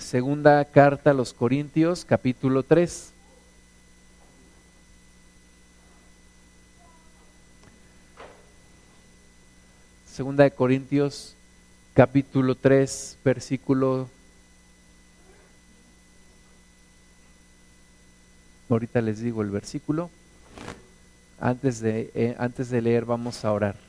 Segunda carta a los Corintios, capítulo 3. Segunda de Corintios, capítulo 3, versículo... Ahorita les digo el versículo. Antes de leer vamos a orar.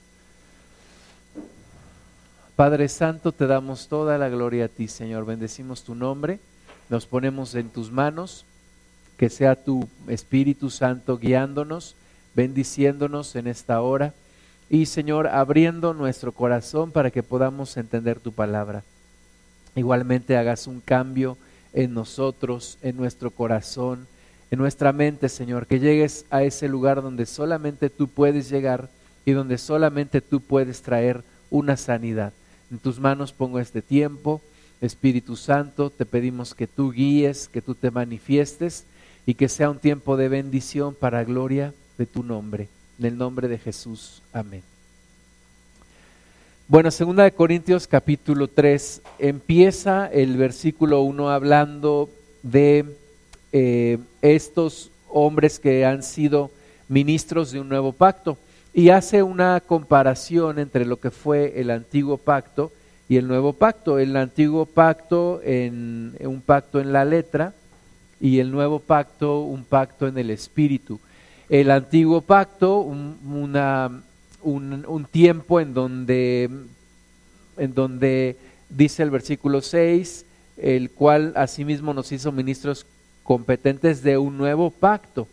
Padre Santo, te damos toda la gloria a ti, Señor. Bendecimos tu nombre, nos ponemos en tus manos, que sea tu Espíritu Santo guiándonos, bendiciéndonos en esta hora y, Señor, abriendo nuestro corazón para que podamos entender tu palabra. Igualmente hagas un cambio en nosotros, en nuestro corazón, en nuestra mente, Señor, que llegues a ese lugar donde solamente tú puedes llegar y donde solamente tú puedes traer una sanidad. En tus manos pongo este tiempo, Espíritu Santo, te pedimos que tú guíes, que tú te manifiestes y que sea un tiempo de bendición para gloria de tu nombre. En el nombre de Jesús, amén. Bueno, segunda de Corintios capítulo 3, empieza el versículo 1 hablando de estos hombres que han sido ministros de un nuevo pacto. Y hace una comparación entre lo que fue el antiguo pacto y el nuevo pacto. El antiguo pacto en un pacto en la letra y el nuevo pacto un pacto en el espíritu. El antiguo pacto un tiempo en donde dice el versículo 6, el cual asimismo nos hizo ministros competentes de un nuevo pacto.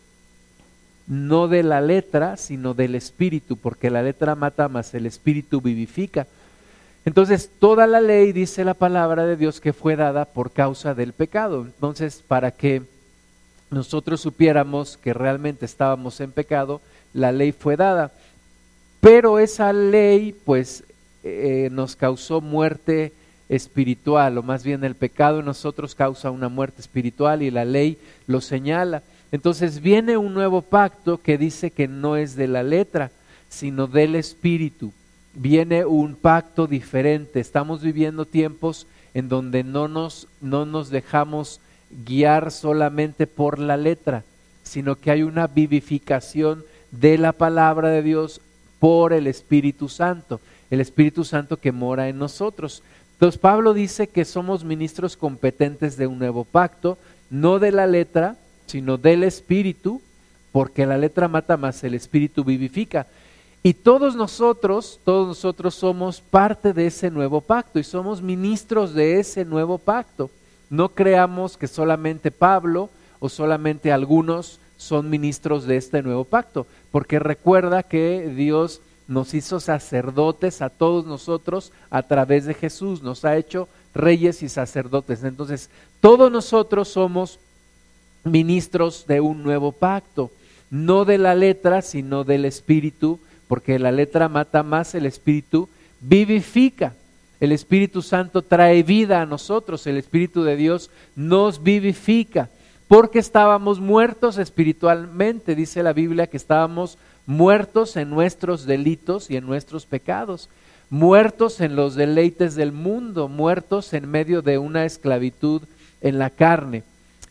No de la letra, sino del espíritu, porque la letra mata, mas el espíritu vivifica. Entonces, toda la ley, dice la palabra de Dios, que fue dada por causa del pecado. Entonces, para que nosotros supiéramos que realmente estábamos en pecado, la ley fue dada. Pero esa ley, pues, nos causó muerte espiritual, o más bien el pecado en nosotros causa una muerte espiritual y la ley lo señala. Entonces viene un nuevo pacto que dice que no es de la letra, sino del espíritu. Viene un pacto diferente. Estamos viviendo tiempos en donde no nos dejamos guiar solamente por la letra, sino que hay una vivificación de la palabra de Dios por el Espíritu Santo que mora en nosotros. Entonces Pablo dice que somos ministros competentes de un nuevo pacto, no de la letra, sino del espíritu, porque la letra mata, mas el espíritu vivifica. Y todos nosotros somos parte de ese nuevo pacto y somos ministros de ese nuevo pacto. No creamos que solamente Pablo o solamente algunos son ministros de este nuevo pacto, porque recuerda que Dios nos hizo sacerdotes a todos nosotros a través de Jesús, nos ha hecho reyes y sacerdotes. Entonces, todos nosotros somos ministros de un nuevo pacto, no de la letra, sino del espíritu, porque la letra mata, más el espíritu vivifica. El Espíritu Santo trae vida a nosotros, el Espíritu de Dios nos vivifica, porque estábamos muertos espiritualmente. Dice la Biblia que estábamos muertos en nuestros delitos y en nuestros pecados, muertos en los deleites del mundo, muertos en medio de una esclavitud en la carne.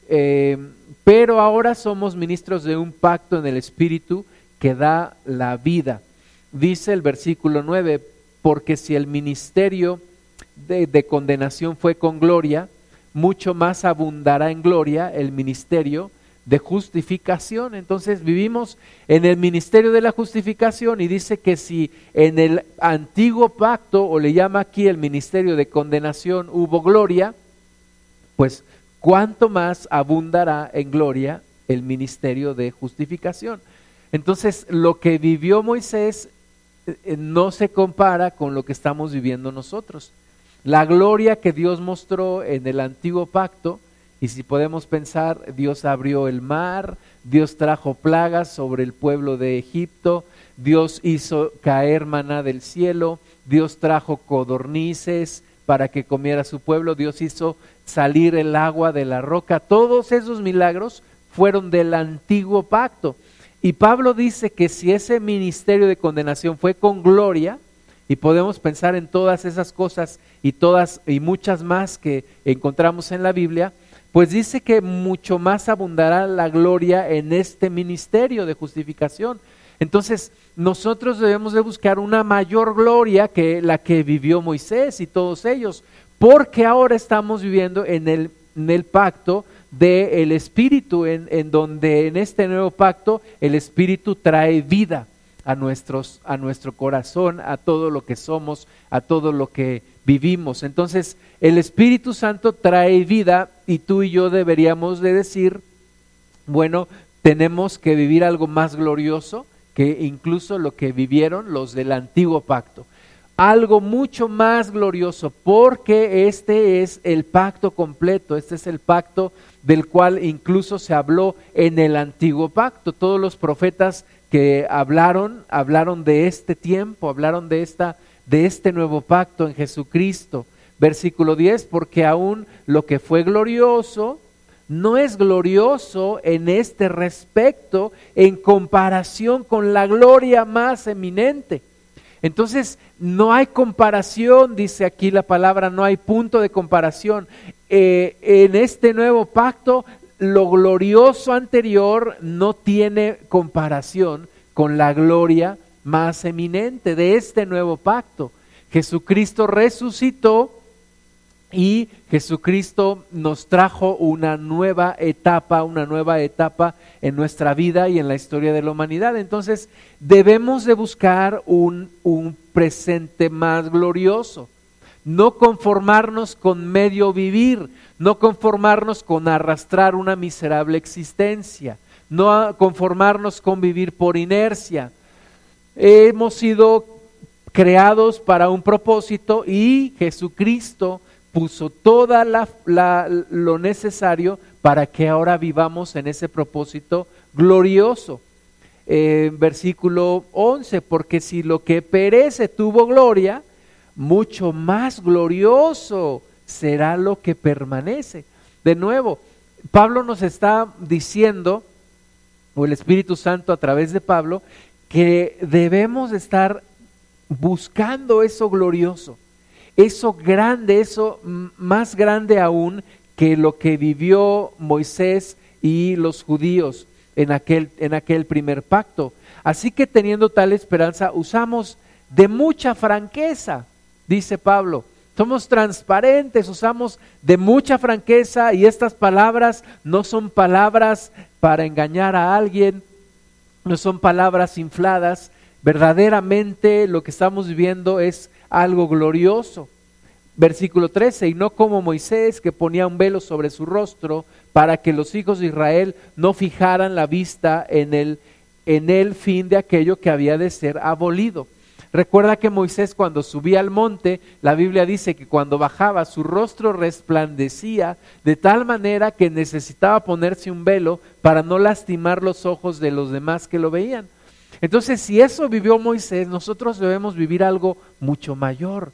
Pero ahora somos ministros de un pacto en el Espíritu que da la vida. Dice el versículo 9, porque si el ministerio de condenación fue con gloria, mucho más abundará en gloria el ministerio de justificación. Entonces vivimos en el ministerio de la justificación y dice que si en el antiguo pacto, o le llama aquí el ministerio de condenación, hubo gloria, pues cuánto más abundará en gloria el ministerio de justificación. Entonces lo que vivió Moisés no se compara con lo que estamos viviendo nosotros. La gloria que Dios mostró en el antiguo pacto, y si podemos pensar, Dios abrió el mar, Dios trajo plagas sobre el pueblo de Egipto, Dios hizo caer maná del cielo, Dios trajo codornices para que comiera su pueblo, Dios hizo salir el agua de la roca. Todos esos milagros fueron del antiguo pacto. Y Pablo dice que si ese ministerio de condenación fue con gloria, Y podemos pensar en todas esas cosas y todas y muchas más que encontramos en la Biblia, pues dice que mucho más abundará la gloria en este ministerio de justificación. Entonces, nosotros debemos de buscar una mayor gloria que la que vivió Moisés y todos ellos, porque ahora estamos viviendo en el pacto del Espíritu, en donde en este nuevo pacto el Espíritu trae vida a nuestro corazón, a todo lo que somos, a todo lo que vivimos. Entonces, el Espíritu Santo trae vida y tú y yo deberíamos de decir, bueno, tenemos que vivir algo más glorioso que incluso lo que vivieron los del antiguo pacto. Algo mucho más glorioso, porque este es el pacto completo, este es el pacto del cual incluso se habló en el antiguo pacto. Todos los profetas que hablaron de este tiempo, hablaron de este nuevo pacto en Jesucristo. Versículo 10, porque aún lo que fue glorioso no es glorioso en este respecto en comparación con la gloria más eminente. Entonces, no hay comparación, dice aquí la palabra, no hay punto de comparación. En este nuevo pacto, lo glorioso anterior no tiene comparación con la gloria más eminente de este nuevo pacto. Jesucristo resucitó y Jesucristo nos trajo una nueva etapa en nuestra vida y en la historia de la humanidad. Entonces debemos de buscar un presente más glorioso, no conformarnos con medio vivir, no conformarnos con arrastrar una miserable existencia, no conformarnos con vivir por inercia. Hemos sido creados para un propósito y Jesucristo puso toda lo necesario para que ahora vivamos en ese propósito glorioso. Versículo 11, porque si lo que perece tuvo gloria, mucho más glorioso será lo que permanece. De nuevo, Pablo nos está diciendo, o el Espíritu Santo a través de Pablo, que debemos estar buscando eso glorioso, eso grande, eso más grande aún que lo que vivió Moisés y los judíos en aquel primer pacto. Así que teniendo tal esperanza, usamos de mucha franqueza, dice Pablo. Somos transparentes, usamos de mucha franqueza, y estas palabras no son palabras para engañar a alguien, no son palabras infladas. Verdaderamente lo que estamos viviendo es algo glorioso. Versículo 13, y no como Moisés, que ponía un velo sobre su rostro para que los hijos de Israel no fijaran la vista en el fin de aquello que había de ser abolido. Recuerda que Moisés, cuando subía al monte, la Biblia dice que cuando bajaba su rostro resplandecía de tal manera que necesitaba ponerse un velo para no lastimar los ojos de los demás que lo veían. Entonces, si eso vivió Moisés, nosotros debemos vivir algo mucho mayor,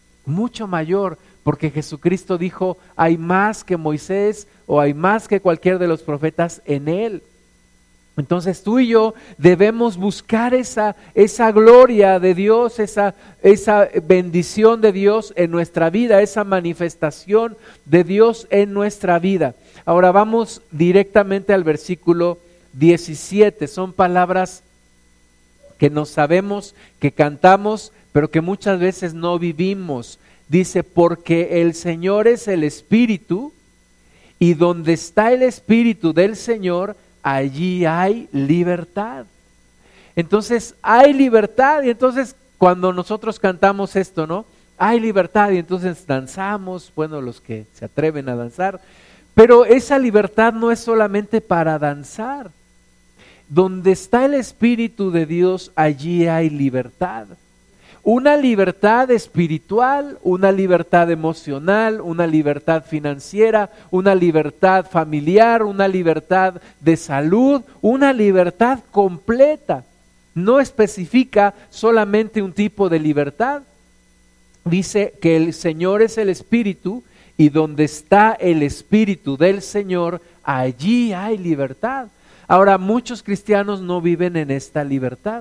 porque Jesucristo dijo, hay más que Moisés o hay más que cualquier de los profetas en él. Entonces tú y yo debemos buscar esa gloria de Dios, esa bendición de Dios en nuestra vida, esa manifestación de Dios en nuestra vida. Ahora vamos directamente al versículo 17, son palabras que no sabemos, que cantamos, pero que muchas veces no vivimos. Dice, porque el Señor es el Espíritu, y donde está el Espíritu del Señor, allí hay libertad. Entonces hay libertad, y entonces cuando nosotros cantamos esto, ¿no? Hay libertad, y entonces danzamos, bueno, los que se atreven a danzar, pero esa libertad no es solamente para danzar. Donde está el Espíritu de Dios, allí hay libertad. Una libertad espiritual, una libertad emocional, una libertad financiera, una libertad familiar, una libertad de salud, una libertad completa. No especifica solamente un tipo de libertad. Dice que el Señor es el Espíritu, y donde está el Espíritu del Señor, allí hay libertad. Ahora, muchos cristianos no viven en esta libertad.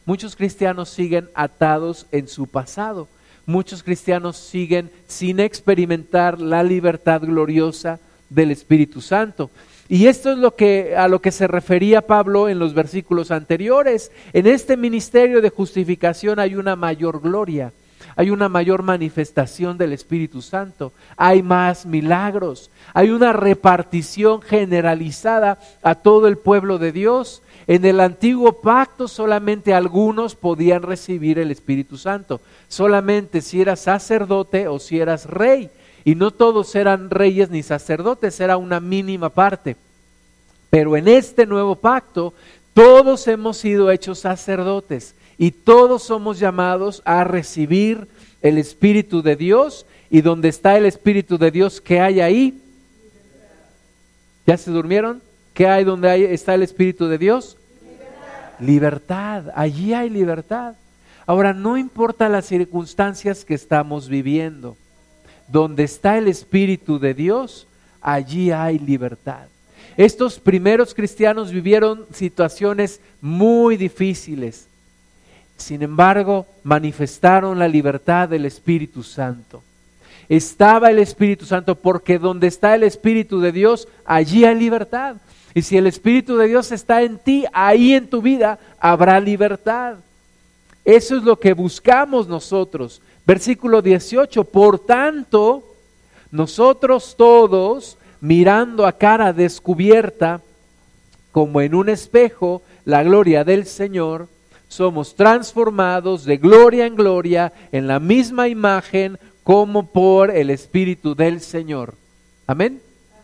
muchos cristianos siguen atados en su pasado. Muchos cristianos siguen sin experimentar la libertad gloriosa del Espíritu Santo. Y esto es a lo que se refería Pablo en los versículos anteriores. En este ministerio de justificación hay una mayor gloria, hay una mayor manifestación del Espíritu Santo, hay más milagros, hay una repartición generalizada a todo el pueblo de Dios. En el antiguo pacto solamente algunos podían recibir el Espíritu Santo, solamente si eras sacerdote o si eras rey. Y no todos eran reyes ni sacerdotes, era una mínima parte. Pero en este nuevo pacto, todos hemos sido hechos sacerdotes y todos somos llamados a recibir el Espíritu de Dios. Y donde está el Espíritu de Dios, ¿qué hay ahí? ¿Ya se durmieron? ¿Qué hay donde está el Espíritu de Dios? Libertad, allí hay libertad. Ahora, no importa las circunstancias que estamos viviendo. Donde está el Espíritu de Dios, allí hay libertad. Estos primeros cristianos vivieron situaciones muy difíciles. Sin embargo, manifestaron la libertad del Espíritu Santo. Estaba el Espíritu Santo porque donde está el Espíritu de Dios, allí hay libertad. Y si el Espíritu de Dios está en ti, ahí en tu vida habrá libertad. Eso es lo que buscamos nosotros. Versículo 18, por tanto, nosotros todos, mirando a cara descubierta, como en un espejo, la gloria del Señor, somos transformados de gloria en gloria en la misma imagen como por el Espíritu del Señor. ¿Amén?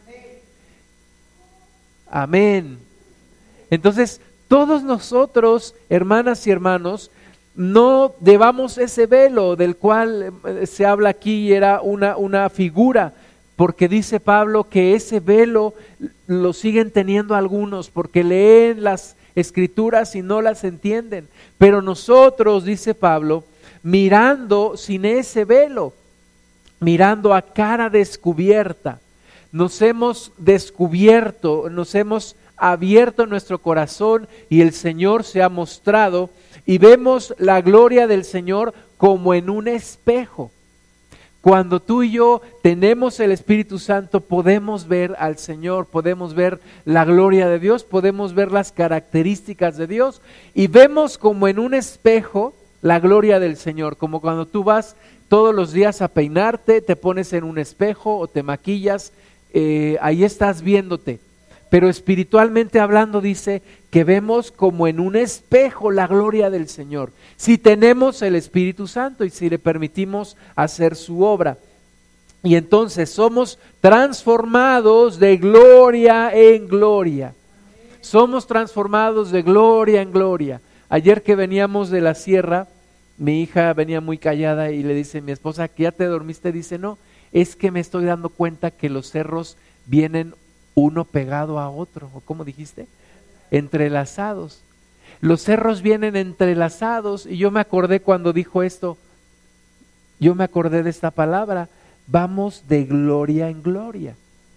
Amén. Entonces, todos nosotros, hermanas y hermanos, no llevamos ese velo del cual se habla aquí y era una figura, porque dice Pablo que ese velo lo siguen teniendo algunos porque leen las Escrituras y no las entienden. Pero nosotros, dice Pablo, mirando sin ese velo, mirando a cara descubierta, nos hemos descubierto, nos hemos abierto nuestro corazón y el Señor se ha mostrado y vemos la gloria del Señor como en un espejo. Cuando tú y yo tenemos el Espíritu Santo, podemos ver al Señor, podemos ver la gloria de Dios, podemos ver las características de Dios y vemos como en un espejo la gloria del Señor, como cuando tú vas todos los días a peinarte, te pones en un espejo o te maquillas, ahí estás viéndote. Pero espiritualmente hablando dice que vemos como en un espejo la gloria del Señor. Si tenemos el Espíritu Santo y si le permitimos hacer su obra. Y entonces somos transformados de gloria en gloria. Somos transformados de gloria en gloria. Ayer que veníamos de la sierra, mi hija venía muy callada y le dice a mi esposa, ¿que ya te dormiste? Dice, no, es que me estoy dando cuenta que los cerros vienen uno pegado a otro, ¿o cómo dijiste? Entrelazados. Los cerros vienen entrelazados y yo me acordé cuando dijo esto, yo me acordé de esta palabra, vamos de gloria en gloria.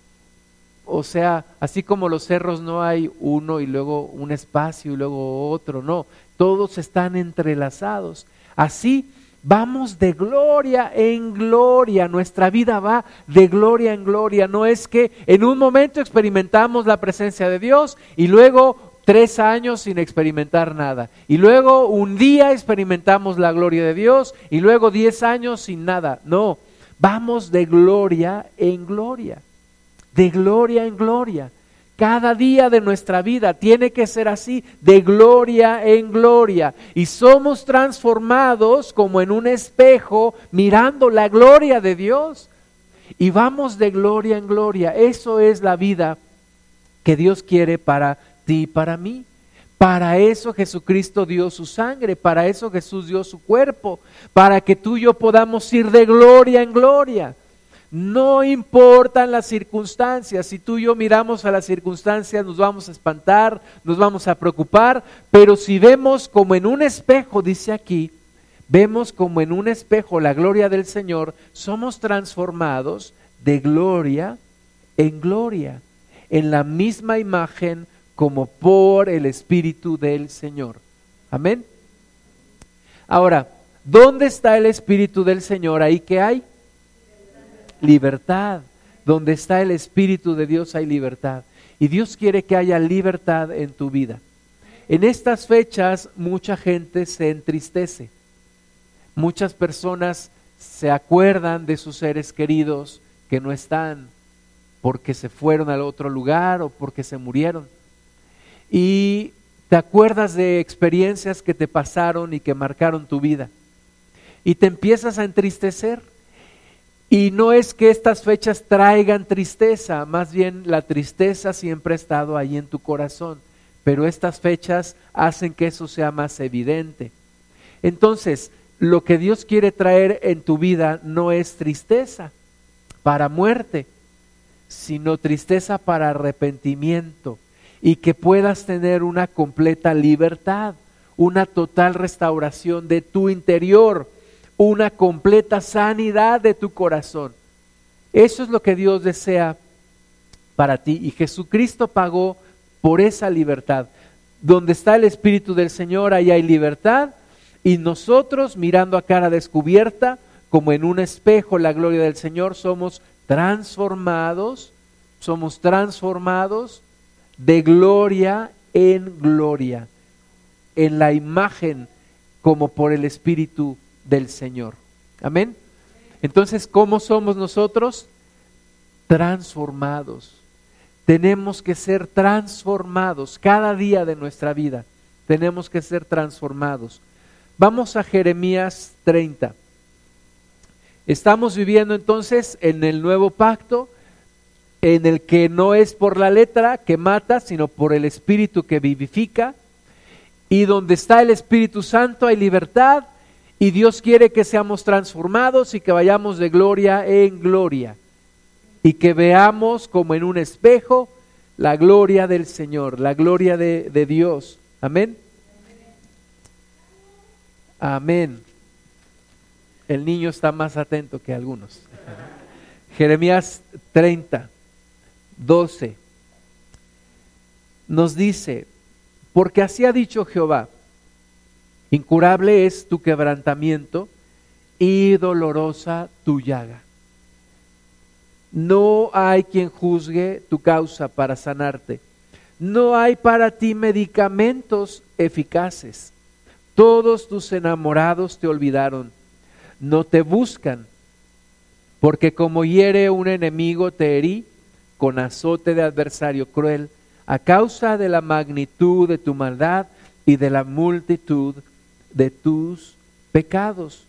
O sea, así como los cerros no hay uno y luego un espacio y luego otro, no, todos están entrelazados. Así vamos de gloria en gloria, nuestra vida va de gloria en gloria. No es que en un momento experimentamos la presencia de Dios y luego 3 años sin experimentar nada. Y luego un día experimentamos la gloria de Dios y luego 10 años sin nada. No, vamos de gloria en gloria, de gloria en gloria. Cada día de nuestra vida tiene que ser así, de gloria en gloria. Y somos transformados como en un espejo, mirando la gloria de Dios. Y vamos de gloria en gloria. Eso es la vida que Dios quiere para ti y para mí. Para eso Jesucristo dio su sangre, para eso Jesús dio su cuerpo, para que tú y yo podamos ir de gloria en gloria. No importan las circunstancias, si tú y yo miramos a las circunstancias nos vamos a espantar, nos vamos a preocupar, pero si vemos como en un espejo, dice aquí, vemos como en un espejo la gloria del Señor, somos transformados de gloria en gloria, en la misma imagen como por el Espíritu del Señor. Amén. Ahora, ¿dónde está el Espíritu del Señor? ¿Ahí qué hay? Libertad. Donde está el Espíritu de Dios hay libertad. Y Dios quiere que haya libertad en tu vida. En estas fechas mucha gente se entristece. Muchas personas se acuerdan de sus seres queridos que no están porque se fueron al otro lugar o porque se murieron. Y te acuerdas de experiencias que te pasaron y que marcaron tu vida. Y te empiezas a entristecer. Y no es que estas fechas traigan tristeza, más bien la tristeza siempre ha estado ahí en tu corazón, pero estas fechas hacen que eso sea más evidente. Entonces, lo que Dios quiere traer en tu vida no es tristeza para muerte, sino tristeza para arrepentimiento y que puedas tener una completa libertad, una total restauración de tu interior, una completa sanidad de tu corazón. Eso es lo que Dios desea para ti y Jesucristo pagó por esa libertad. Donde está el Espíritu del Señor, ahí hay libertad, y nosotros mirando a cara descubierta, como en un espejo la gloria del Señor, somos transformados de gloria en gloria, en la imagen como por el Espíritu del Señor. Amén. Entonces, ¿cómo somos nosotros? Transformados. Tenemos que ser transformados cada día de nuestra vida. Tenemos que ser transformados. Vamos a Jeremías 30. Estamos viviendo entonces en el nuevo pacto, en el que no es por la letra que mata, sino por el Espíritu que vivifica. Y donde está el Espíritu Santo hay libertad. Y Dios quiere que seamos transformados y que vayamos de gloria en gloria. Y que veamos como en un espejo la gloria del Señor, la gloria de Dios. Amén. Amén. El niño está más atento que algunos. Jeremías 30, 12. Nos dice, porque así ha dicho Jehová, incurable es tu quebrantamiento y dolorosa tu llaga. No hay quien juzgue tu causa para sanarte. No hay para ti medicamentos eficaces. Todos tus enamorados te olvidaron. No te buscan, porque como hiere un enemigo te herí con azote de adversario cruel, a causa de la magnitud de tu maldad y de la multitud de tus pecados.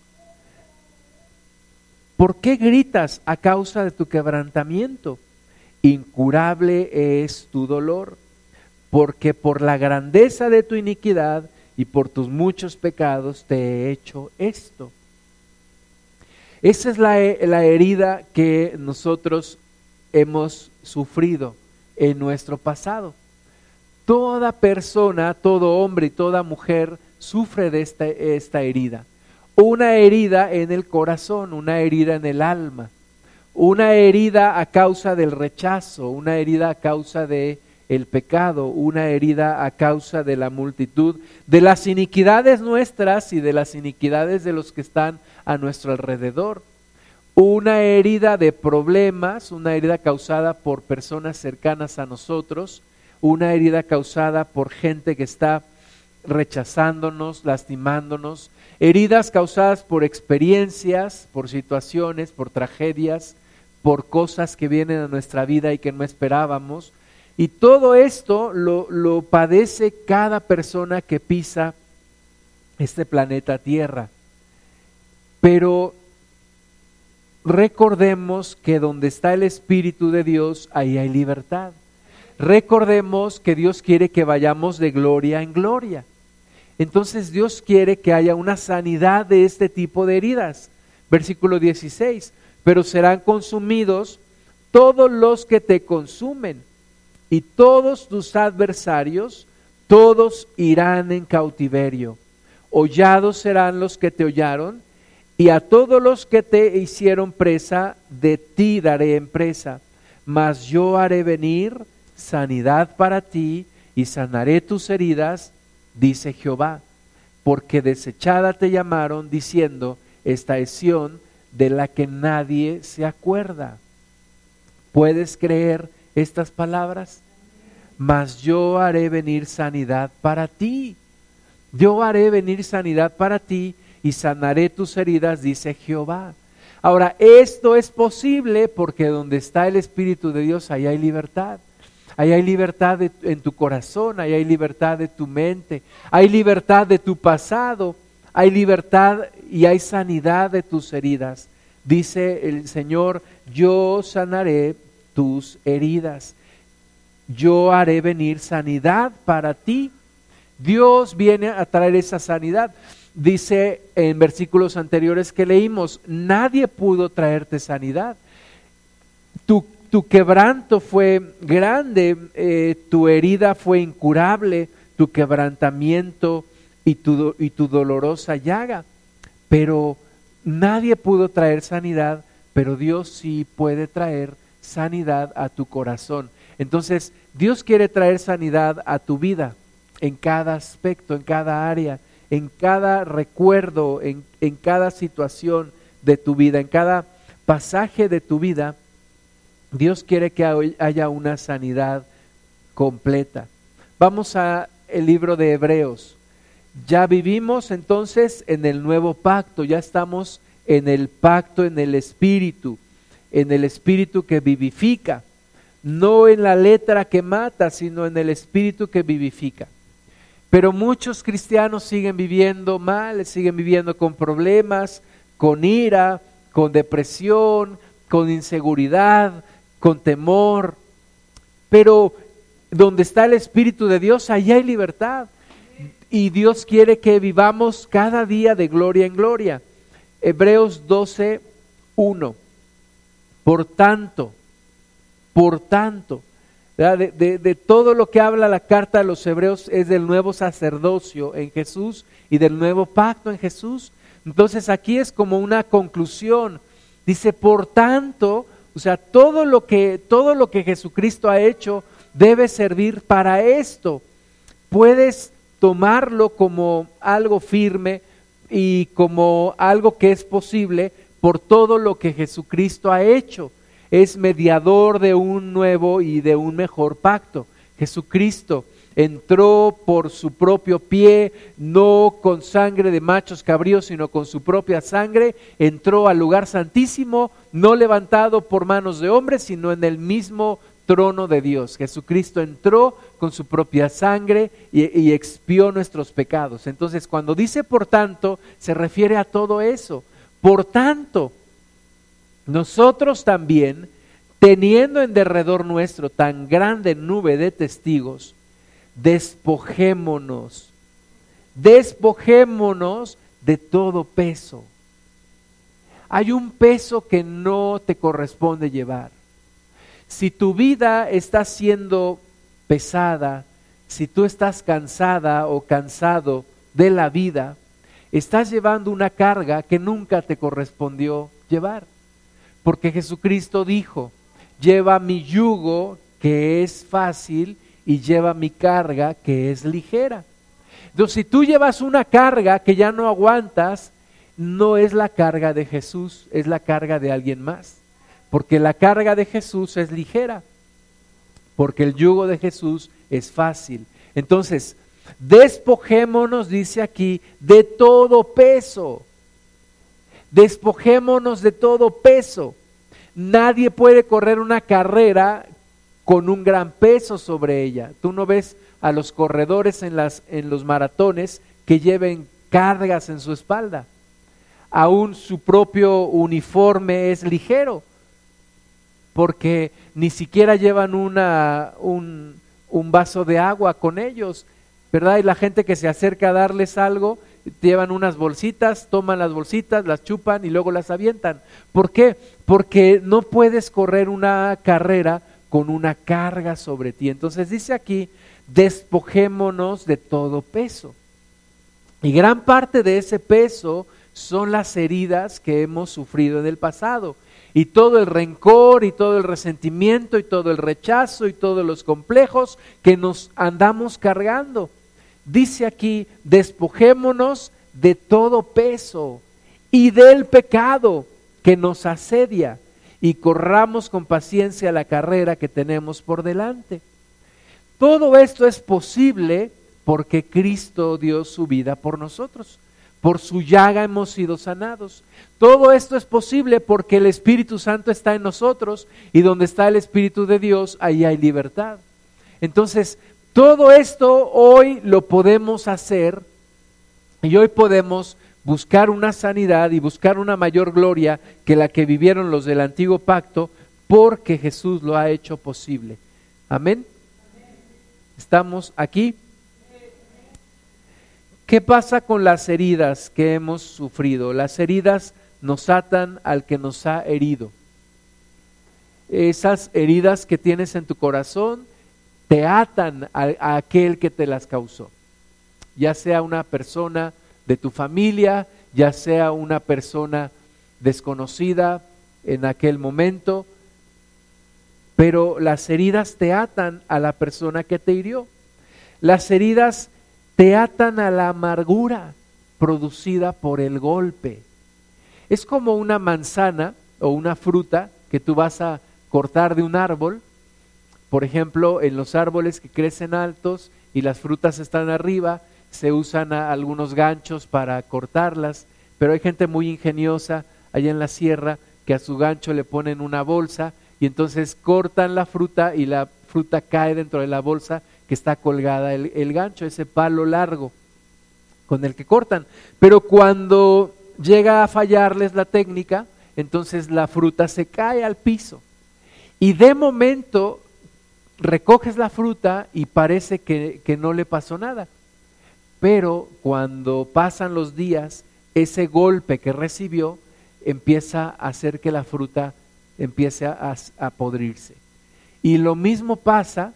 ¿Por qué gritas a causa de tu quebrantamiento? Incurable es tu dolor, porque por la grandeza de tu iniquidad y por tus muchos pecados te he hecho esto. Esa es la herida que nosotros hemos sufrido en nuestro pasado. Toda persona, todo hombre y toda mujer sufre de esta herida. Una herida en el corazón, una herida en el alma, una herida a causa del rechazo, una herida a causa de el pecado, una herida a causa de la multitud, de las iniquidades nuestras y de las iniquidades de los que están a nuestro alrededor. Una herida de problemas, una herida causada por personas cercanas a nosotros, una herida causada por gente que está rechazándonos, lastimándonos, heridas causadas por experiencias, por situaciones, por tragedias, por cosas que vienen a nuestra vida y que no esperábamos. Y todo esto lo padece cada persona que pisa este planeta Tierra. Pero recordemos que donde está el Espíritu de Dios, ahí hay libertad. Recordemos que Dios quiere que vayamos de gloria en gloria. Entonces Dios quiere que haya una sanidad de este tipo de heridas. Versículo 16, pero serán consumidos todos los que te consumen, y todos tus adversarios, todos irán en cautiverio. Hollados serán los que te hollaron, y a todos los que te hicieron presa, de ti daré en presa. Mas yo haré venir sanidad para ti, y sanaré tus heridas, dice Jehová. porque desechada te llamaron, diciendo, esta es Sión de la que nadie se acuerda. ¿Puedes creer estas palabras? Mas yo haré venir sanidad para ti. Yo haré venir sanidad para ti y sanaré tus heridas, dice Jehová. Ahora, esto es posible porque donde está el Espíritu de Dios, ahí hay libertad. Ahí hay libertad en tu corazón, ahí hay libertad de tu mente, hay libertad de tu pasado, hay libertad y hay sanidad de tus heridas. Dice el Señor, yo sanaré tus heridas. Yo haré venir sanidad para ti. Dios viene a traer esa sanidad. Dice en versículos anteriores que leímos, nadie pudo traerte sanidad. Tu quebranto fue grande, tu herida fue incurable, tu quebrantamiento y tu dolorosa llaga. Pero nadie pudo traer sanidad, pero Dios sí puede traer sanidad a tu corazón. Entonces, Dios quiere traer sanidad a tu vida, en cada aspecto, en cada área, en cada recuerdo, en cada situación de tu vida, en cada pasaje de tu vida. Dios quiere que haya una sanidad completa. Vamos al libro de Hebreos. Ya vivimos entonces en el nuevo pacto, ya estamos en el pacto, en el Espíritu que vivifica, no en la letra que mata, sino en el Espíritu que vivifica. Pero muchos cristianos siguen viviendo mal, siguen viviendo con problemas, con ira, con depresión, con inseguridad, con temor. Pero donde está el Espíritu de Dios, allá hay libertad. Y Dios quiere que vivamos cada día de gloria en gloria. Hebreos 12:1. Por tanto, de todo lo que habla la carta a los hebreos es del nuevo sacerdocio en Jesús y del nuevo pacto en Jesús. Entonces aquí es como una conclusión. Dice, por tanto, o sea, todo lo que Jesucristo ha hecho debe servir para esto. Puedes tomarlo como algo firme y como algo que es posible por todo lo que Jesucristo ha hecho. Es mediador de un nuevo y de un mejor pacto. Jesucristo entró por su propio pie, no con sangre de machos cabríos, sino con su propia sangre, entró al lugar santísimo, no levantado por manos de hombres, sino en el mismo trono de Dios. Jesucristo entró con su propia sangre y expió nuestros pecados. Entonces, cuando dice por tanto, se refiere a todo eso. Por tanto, nosotros también, teniendo en derredor nuestro tan grande nube de testigos, despojémonos de todo peso. Hay un peso que no te corresponde llevar. Si tu vida está siendo pesada, si tú estás cansada o cansado de la vida, estás llevando una carga que nunca te correspondió llevar. Porque Jesucristo dijo, lleva mi yugo que es fácil y lleva mi carga que es ligera. Entonces, si tú llevas una carga que ya no aguantas, no es la carga de Jesús, es la carga de alguien más. Porque la carga de Jesús es ligera, porque el yugo de Jesús es fácil. Entonces, despojémonos, dice aquí, de todo peso. Despojémonos de todo peso. Nadie puede correr una carrera con un gran peso sobre ella. Tú no ves a los corredores en los maratones que lleven cargas en su espalda. Aún su propio uniforme es ligero, porque ni siquiera llevan un vaso de agua con ellos, ¿verdad? Y la gente que se acerca a darles algo, llevan unas bolsitas, toman las bolsitas, las chupan y luego las avientan. ¿Por qué? Porque no puedes correr una carrera con una carga sobre ti. Entonces dice aquí, despojémonos de todo peso. Y gran parte de ese peso son las heridas que hemos sufrido en el pasado. Y todo el rencor y todo el resentimiento y todo el rechazo y todos los complejos que nos andamos cargando. dice aquí, despojémonos de todo peso y del pecado que nos asedia y corramos con paciencia la carrera que tenemos por delante. Todo esto es posible porque Cristo dio su vida por nosotros. Por su llaga hemos sido sanados. Todo esto es posible porque el Espíritu Santo está en nosotros y donde está el Espíritu de Dios, ahí hay libertad. Entonces, todo esto hoy lo podemos hacer y hoy podemos buscar una sanidad y buscar una mayor gloria que la que vivieron los del antiguo pacto porque Jesús lo ha hecho posible. Amén. ¿Estamos aquí? ¿Qué pasa con las heridas que hemos sufrido? Las heridas nos atan al que nos ha herido. Esas heridas que tienes en tu corazón te atan a aquel que te las causó. Ya sea una persona de tu familia, ya sea una persona desconocida en aquel momento, pero las heridas te atan a la persona que te hirió. Las heridas te atan a la amargura producida por el golpe. Es como una manzana o una fruta que tú vas a cortar de un árbol. Por ejemplo, en los árboles que crecen altos y las frutas están arriba, se usan algunos ganchos para cortarlas, pero hay gente muy ingeniosa allá en la sierra que a su gancho le ponen una bolsa y entonces cortan la fruta y la fruta cae dentro de la bolsa que está colgada el gancho, ese palo largo con el que cortan. Pero cuando llega a fallarles la técnica, entonces la fruta se cae al piso y de momento recoges la fruta y parece que no le pasó nada. Pero cuando pasan los días, ese golpe que recibió empieza a hacer que la fruta empiece a podrirse. Y lo mismo pasa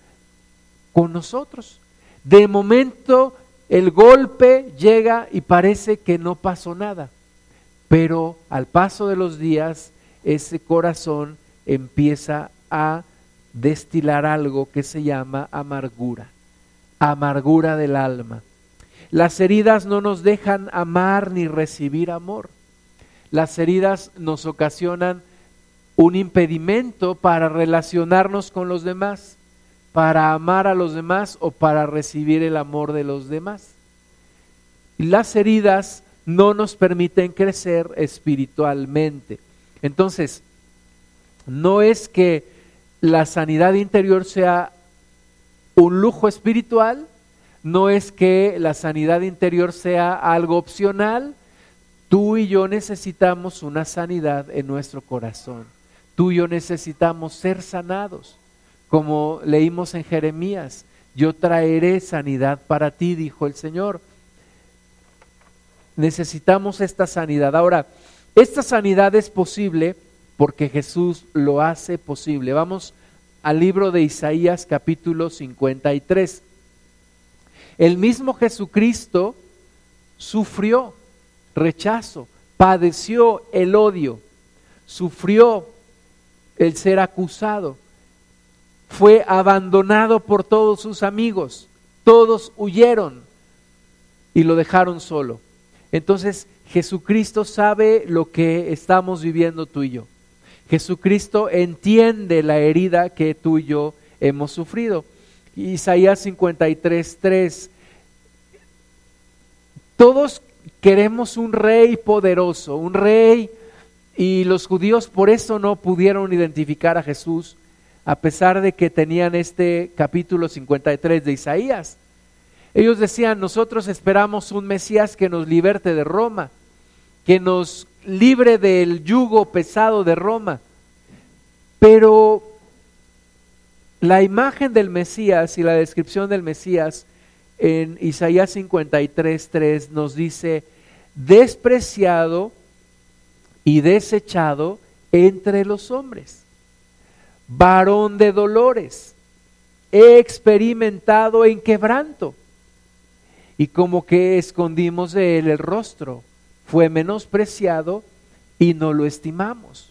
con nosotros. De momento el golpe llega y parece que no pasó nada, pero al paso de los días ese corazón empieza a destilar algo que se llama amargura, amargura del alma. Las heridas no nos dejan amar ni recibir amor. Las heridas nos ocasionan un impedimento para relacionarnos con los demás, para amar a los demás o para recibir el amor de los demás. Y las heridas no nos permiten crecer espiritualmente. Entonces, no es que la sanidad interior sea un lujo espiritual, no es que la sanidad interior sea algo opcional. Tú y yo necesitamos una sanidad en nuestro corazón. Tú y yo necesitamos ser sanados. Como leímos en Jeremías, yo traeré sanidad para ti, dijo el Señor. Necesitamos esta sanidad. Ahora, esta sanidad es posible porque Jesús lo hace posible. Vamos al libro de Isaías capítulo 53. El mismo Jesucristo sufrió rechazo, padeció el odio, sufrió el ser acusado, fue abandonado por todos sus amigos, todos huyeron y lo dejaron solo. Entonces Jesucristo sabe lo que estamos viviendo tú y yo. Jesucristo entiende la herida que tú y yo hemos sufrido. Isaías 53:3. Todos queremos un rey poderoso, un rey, y los judíos por eso no pudieron identificar a Jesús, a pesar de que tenían este capítulo 53 de Isaías. Ellos decían, nosotros esperamos un Mesías que nos liberte de Roma, que nos libre del yugo pesado de Roma. Pero la imagen del Mesías y la descripción del Mesías en Isaías 53:3 nos dice, despreciado y desechado entre los hombres, varón de dolores, experimentado en quebranto, y como que escondimos de él el rostro, fue menospreciado y no lo estimamos.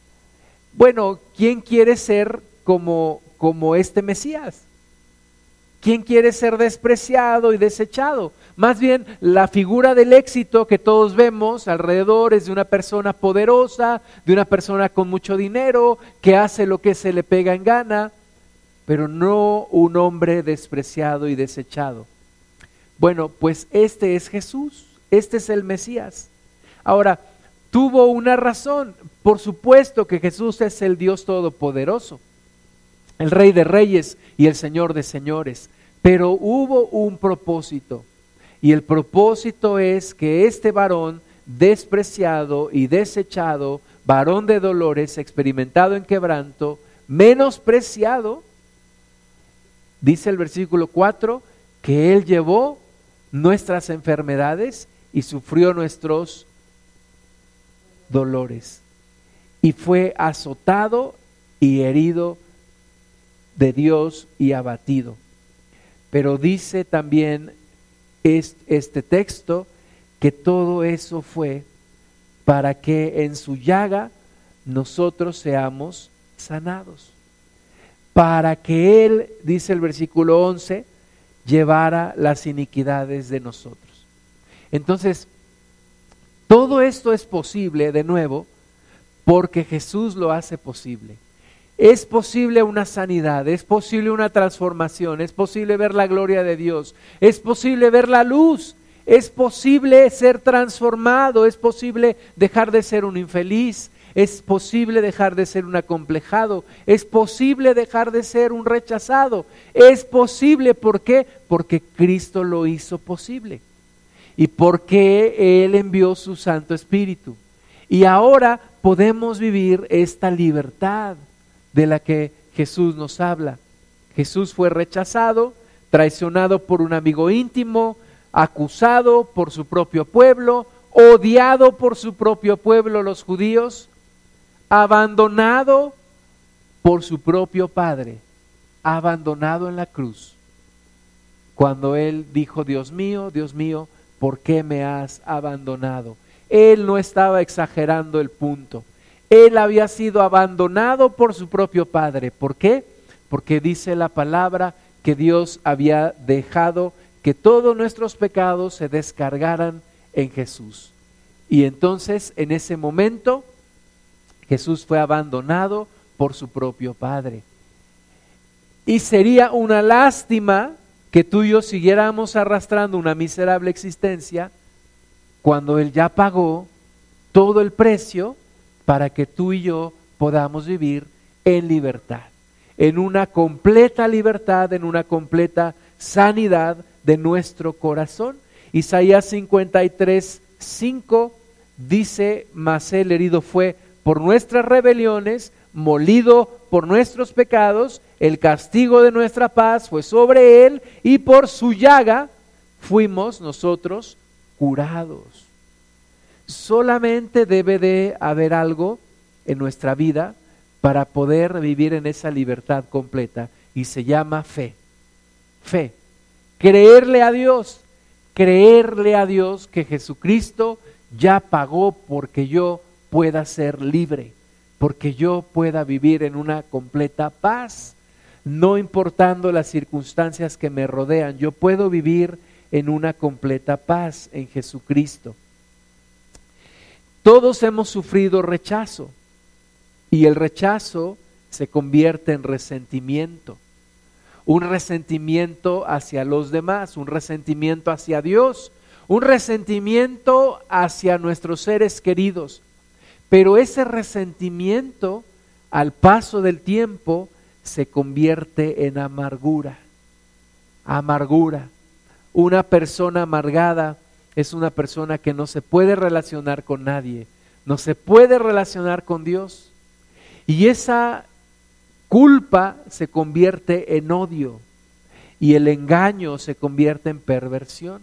Bueno, ¿quién quiere ser como este Mesías? ¿Quién quiere ser despreciado y desechado? Más bien, la figura del éxito que todos vemos alrededor es de una persona poderosa, de una persona con mucho dinero, que hace lo que se le pega en gana, pero no un hombre despreciado y desechado. Bueno, pues este es Jesús, este es el Mesías. Ahora, tuvo una razón. Por supuesto que Jesús es el Dios Todopoderoso, el Rey de Reyes y el Señor de Señores. Pero hubo un propósito, y el propósito es que este varón despreciado y desechado, varón de dolores, experimentado en quebranto, menospreciado, dice el versículo 4, que Él llevó nuestras enfermedades y sufrió nuestros dolores, y fue azotado y herido de Dios y abatido. Pero dice también este texto que todo eso fue para que en su llaga nosotros seamos sanados. Para que Él, dice el versículo 11, llevara las iniquidades de nosotros. Entonces, todo esto es posible, de nuevo, porque Jesús lo hace posible. Es posible una sanidad, es posible una transformación, es posible ver la gloria de Dios, es posible ver la luz, es posible ser transformado, es posible dejar de ser un infeliz, es posible dejar de ser un acomplejado, es posible dejar de ser un rechazado, es posible, ¿por qué? Porque Cristo lo hizo posible y porque Él envió su Santo Espíritu. Y ahora podemos vivir esta libertad de la que Jesús nos habla. Jesús fue rechazado, traicionado por un amigo íntimo, acusado por su propio pueblo, odiado por su propio pueblo, los judíos, abandonado por su propio Padre, abandonado en la cruz. Cuando Él dijo, Dios mío, ¿por qué me has abandonado? Él no estaba exagerando el punto. Él había sido abandonado por su propio Padre. ¿Por qué? Porque dice la palabra que Dios había dejado que todos nuestros pecados se descargaran en Jesús. Y entonces, en ese momento, Jesús fue abandonado por su propio Padre. Y sería una lástima que tú y yo siguiéramos arrastrando una miserable existencia cuando Él ya pagó todo el precio para que tú y yo podamos vivir en libertad, en una completa libertad, en una completa sanidad de nuestro corazón. Isaías 53:5 dice, mas Él herido fue por nuestras rebeliones, molido por nuestros pecados, el castigo de nuestra paz fue sobre Él, y por su llaga fuimos nosotros curados. Solamente debe de haber algo en nuestra vida para poder vivir en esa libertad completa, y se llama fe. Fe. Creerle a Dios que Jesucristo ya pagó porque yo pueda ser libre, porque yo pueda vivir en una completa paz, no importando las circunstancias que me rodean. Yo puedo vivir en una completa paz en Jesucristo. Todos hemos sufrido rechazo, y el rechazo se convierte en resentimiento. Un resentimiento hacia los demás, un resentimiento hacia Dios, un resentimiento hacia nuestros seres queridos. Pero ese resentimiento, al paso del tiempo, se convierte en amargura. Amargura. Una persona amargada es una persona que no se puede relacionar con nadie, no se puede relacionar con Dios. Y esa culpa se convierte en odio, y el engaño se convierte en perversión.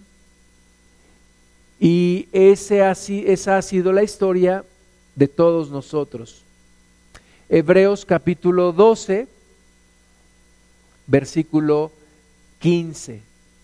Y esa ha sido la historia de todos nosotros. Hebreos capítulo 12, versículo 15.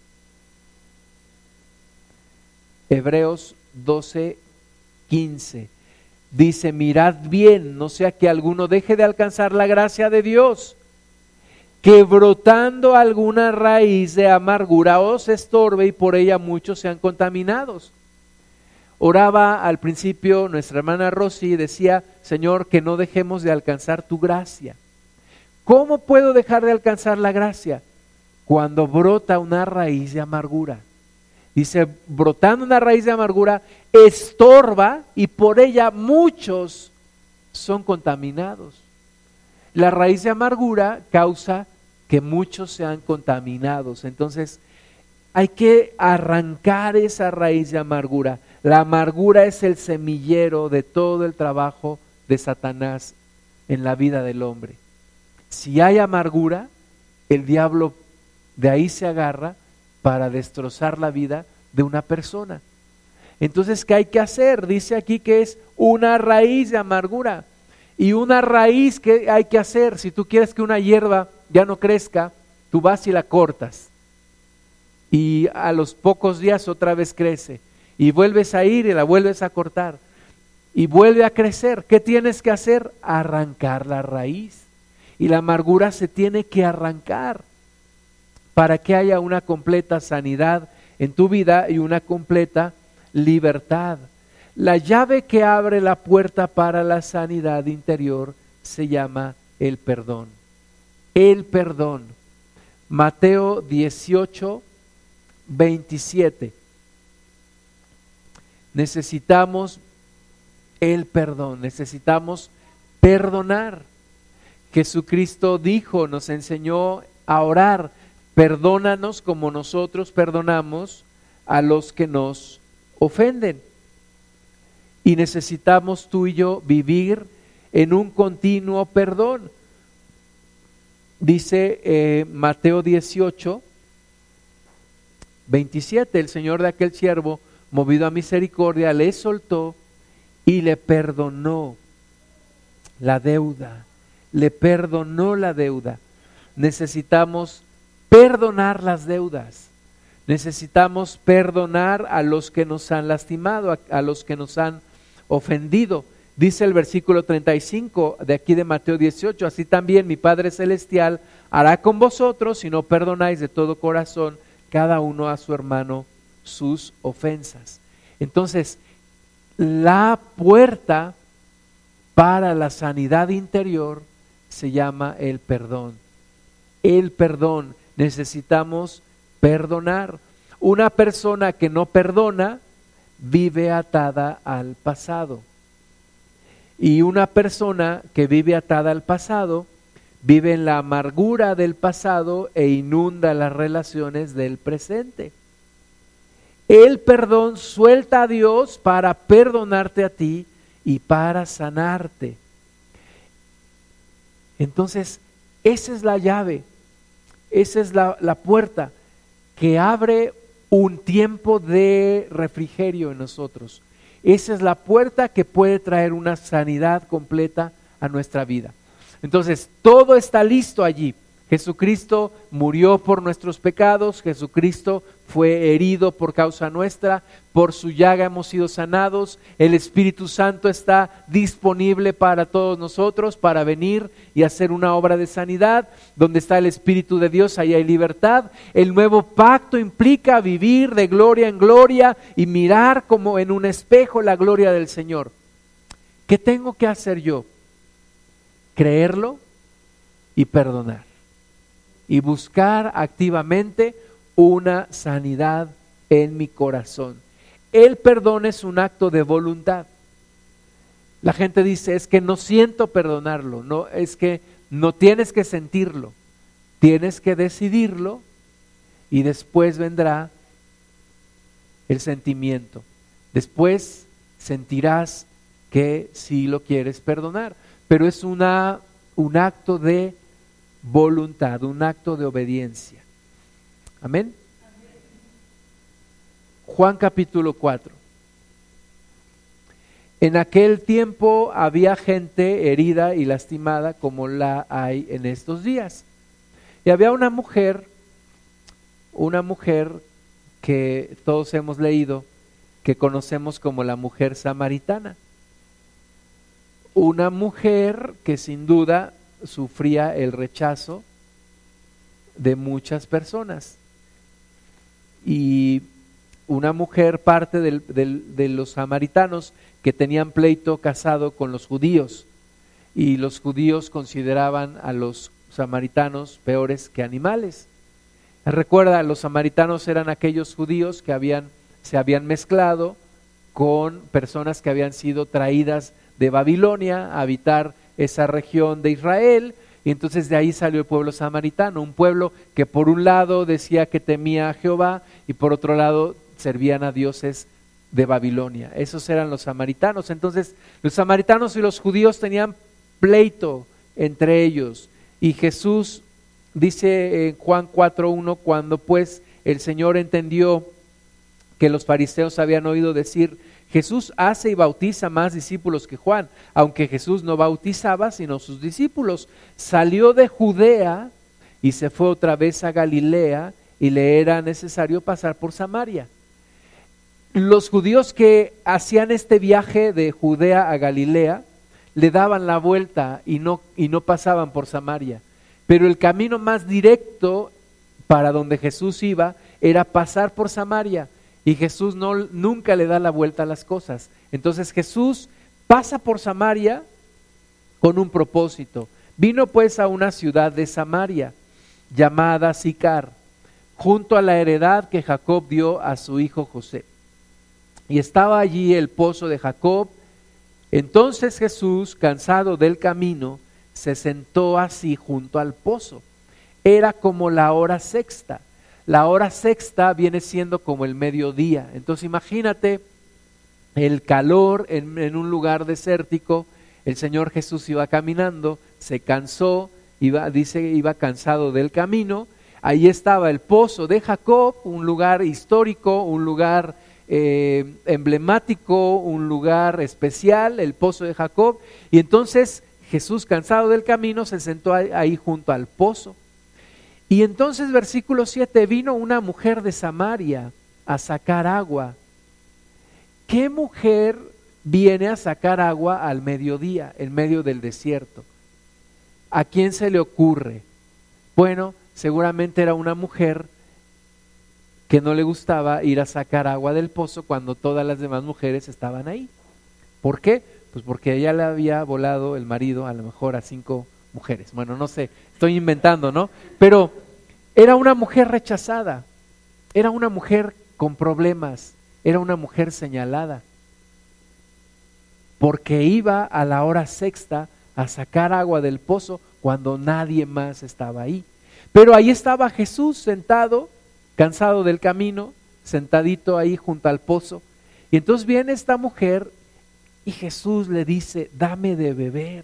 Hebreos 12, 15. Dice, mirad bien, no sea que alguno deje de alcanzar la gracia de Dios, que brotando alguna raíz de amargura os estorbe y por ella muchos sean contaminados. Oraba al principio nuestra hermana Rosy y decía: Señor, que no dejemos de alcanzar tu gracia. ¿Cómo puedo dejar de alcanzar la gracia? Cuando brota una raíz de amargura. Dice, brotando una raíz de amargura, estorba y por ella muchos son contaminados. La raíz de amargura causa que muchos sean contaminados. Entonces, hay que arrancar esa raíz de amargura. La amargura es el semillero de todo el trabajo de Satanás en la vida del hombre. Si hay amargura, el diablo de ahí se agarra para destrozar la vida de una persona. Entonces, ¿qué hay que hacer? Dice aquí que es una raíz de amargura. Y una raíz, ¿qué hay que hacer? Si tú quieres que una hierba ya no crezca, tú vas y la cortas. Y a los pocos días otra vez crece. Y vuelves a ir y la vuelves a cortar. Y vuelve a crecer. ¿Qué tienes que hacer? Arrancar la raíz. Y la amargura se tiene que arrancar para que haya una completa sanidad en tu vida y una completa libertad. La llave que abre la puerta para la sanidad interior se llama el perdón. El perdón. Mateo 18, 27. Necesitamos el perdón, necesitamos perdonar. Jesucristo dijo, nos enseñó a orar: perdónanos como nosotros perdonamos a los que nos ofenden. Y necesitamos tú y yo vivir en un continuo perdón. Dice Mateo 18, 27, el Señor de aquel siervo, movido a misericordia, le soltó y le perdonó la deuda. Le perdonó la deuda. Necesitamos perdonar las deudas. Necesitamos perdonar a los que nos han lastimado, a los que nos han ofendido. Dice el versículo 35 de aquí de Mateo 18, así también mi Padre Celestial hará con vosotros si no perdonáis de todo corazón cada uno a su hermano sus ofensas. Entonces, la puerta para la sanidad interior se llama el perdón. El perdón. Necesitamos perdonar. Una persona que no perdona vive atada al pasado. Y una persona que vive atada al pasado vive en la amargura del pasado e inunda las relaciones del presente. El perdón suelta a Dios para perdonarte a ti y para sanarte. Entonces, esa es la llave, esa es la puerta que abre un tiempo de refrigerio en nosotros. Esa es la puerta que puede traer una sanidad completa a nuestra vida. Entonces, todo está listo allí. Jesucristo murió por nuestros pecados, Jesucristo fue herido por causa nuestra, por su llaga hemos sido sanados, el Espíritu Santo está disponible para todos nosotros para venir y hacer una obra de sanidad. Donde está el Espíritu de Dios, ahí hay libertad. El nuevo pacto implica vivir de gloria en gloria y mirar como en un espejo la gloria del Señor. ¿Qué tengo que hacer yo? Creerlo y perdonar. Y buscar activamente una sanidad en mi corazón. El perdón es un acto de voluntad. La gente dice, es que no siento perdonarlo. No, es que no tienes que sentirlo. Tienes que decidirlo y después vendrá el sentimiento. Después sentirás que sí lo quieres perdonar. Pero es un acto de voluntad, un acto de obediencia. Amén. Juan capítulo 4. En aquel tiempo había gente herida y lastimada como la hay en estos días. Y había una mujer que todos hemos leído, que conocemos como la mujer samaritana. Una mujer que sin duda sufría el rechazo de muchas personas. Y una mujer, parte de los samaritanos que tenían pleito casado con los judíos, y los judíos consideraban a los samaritanos peores que animales. Recuerda, los samaritanos eran aquellos judíos que se habían mezclado con personas que habían sido traídas de Babilonia a habitar esa región de Israel, y entonces de ahí salió el pueblo samaritano, un pueblo que por un lado decía que temía a Jehová y por otro lado servían a dioses de Babilonia. Esos eran los samaritanos. Entonces los samaritanos y los judíos tenían pleito entre ellos, y Jesús dice en Juan 4:1, cuando pues el Señor entendió que los fariseos habían oído decir: Jesús hace y bautiza más discípulos que Juan, aunque Jesús no bautizaba sino sus discípulos, salió de Judea y se fue otra vez a Galilea, y le era necesario pasar por Samaria. Los judíos que hacían este viaje de Judea a Galilea le daban la vuelta y no pasaban por Samaria, pero el camino más directo para donde Jesús iba era pasar por Samaria, y Jesús nunca le da la vuelta a las cosas. Entonces Jesús pasa por Samaria con un propósito. Vino pues a una ciudad de Samaria llamada Sicar, junto a la heredad que Jacob dio a su hijo José. Y estaba allí el pozo de Jacob. Entonces Jesús, cansado del camino, se sentó así junto al pozo. Era como la hora sexta. La hora sexta viene siendo como el mediodía. Entonces imagínate el calor en un lugar desértico. El Señor Jesús iba caminando, se cansó, iba cansado del camino. Ahí estaba el pozo de Jacob, un lugar histórico, un lugar emblemático, un lugar especial, el pozo de Jacob. Y entonces Jesús, cansado del camino, se sentó ahí junto al pozo. Y entonces versículo 7, vino una mujer de Samaria a sacar agua. ¿Qué mujer viene a sacar agua al mediodía, en medio del desierto? ¿A quién se le ocurre? Bueno, seguramente era una mujer que no le gustaba ir a sacar agua del pozo cuando todas las demás mujeres estaban ahí. ¿Por qué? Pues porque ella le había volado el marido a lo mejor a 5 mujeres. Bueno, no sé, estoy inventando, ¿no? Pero era una mujer rechazada, era una mujer con problemas, era una mujer señalada, porque iba a la hora sexta a sacar agua del pozo cuando nadie más estaba ahí. Pero ahí estaba Jesús sentado, cansado del camino, sentadito ahí junto al pozo. Y entonces viene esta mujer y Jesús le dice: dame de beber.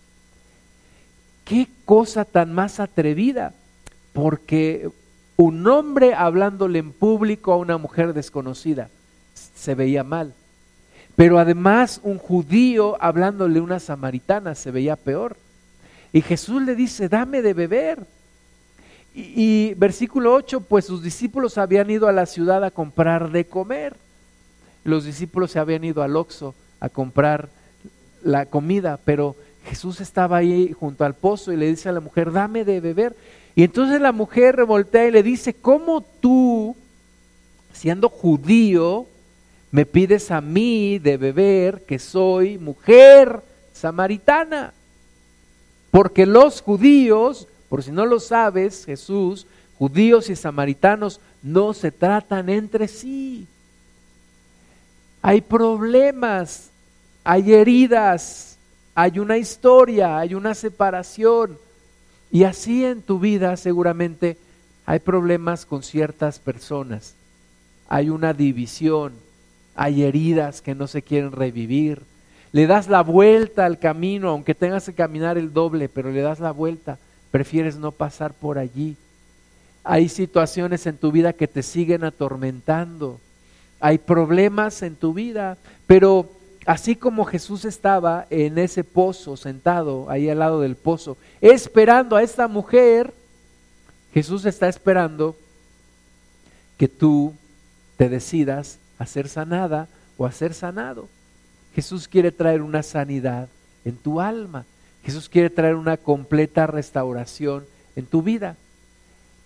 Qué cosa tan más atrevida, porque un hombre hablándole en público a una mujer desconocida se veía mal, pero además un judío hablándole a una samaritana se veía peor. Y Jesús le dice: dame de beber. Y versículo 8, pues sus discípulos habían ido a la ciudad a comprar de comer. Los discípulos se habían ido al Oxxo a comprar la comida, pero Jesús estaba ahí junto al pozo y le dice a la mujer: dame de beber. Y entonces la mujer revoltea y le dice: ¿cómo tú, siendo judío, me pides a mí de beber, que soy mujer samaritana? Porque los judíos, por si no lo sabes, Jesús, judíos y samaritanos no se tratan entre sí. Hay problemas, hay heridas, hay una historia, hay una separación. Y así en tu vida seguramente hay problemas con ciertas personas. Hay una división, hay heridas que no se quieren revivir. Le das la vuelta al camino, aunque tengas que caminar el doble, pero le das la vuelta. Prefieres no pasar por allí. Hay situaciones en tu vida que te siguen atormentando. Hay problemas en tu vida, pero así como Jesús estaba en ese pozo, sentado ahí al lado del pozo, esperando a esta mujer, Jesús está esperando que tú te decidas a ser sanada o a ser sanado. Jesús quiere traer una sanidad en tu alma. Jesús quiere traer una completa restauración en tu vida.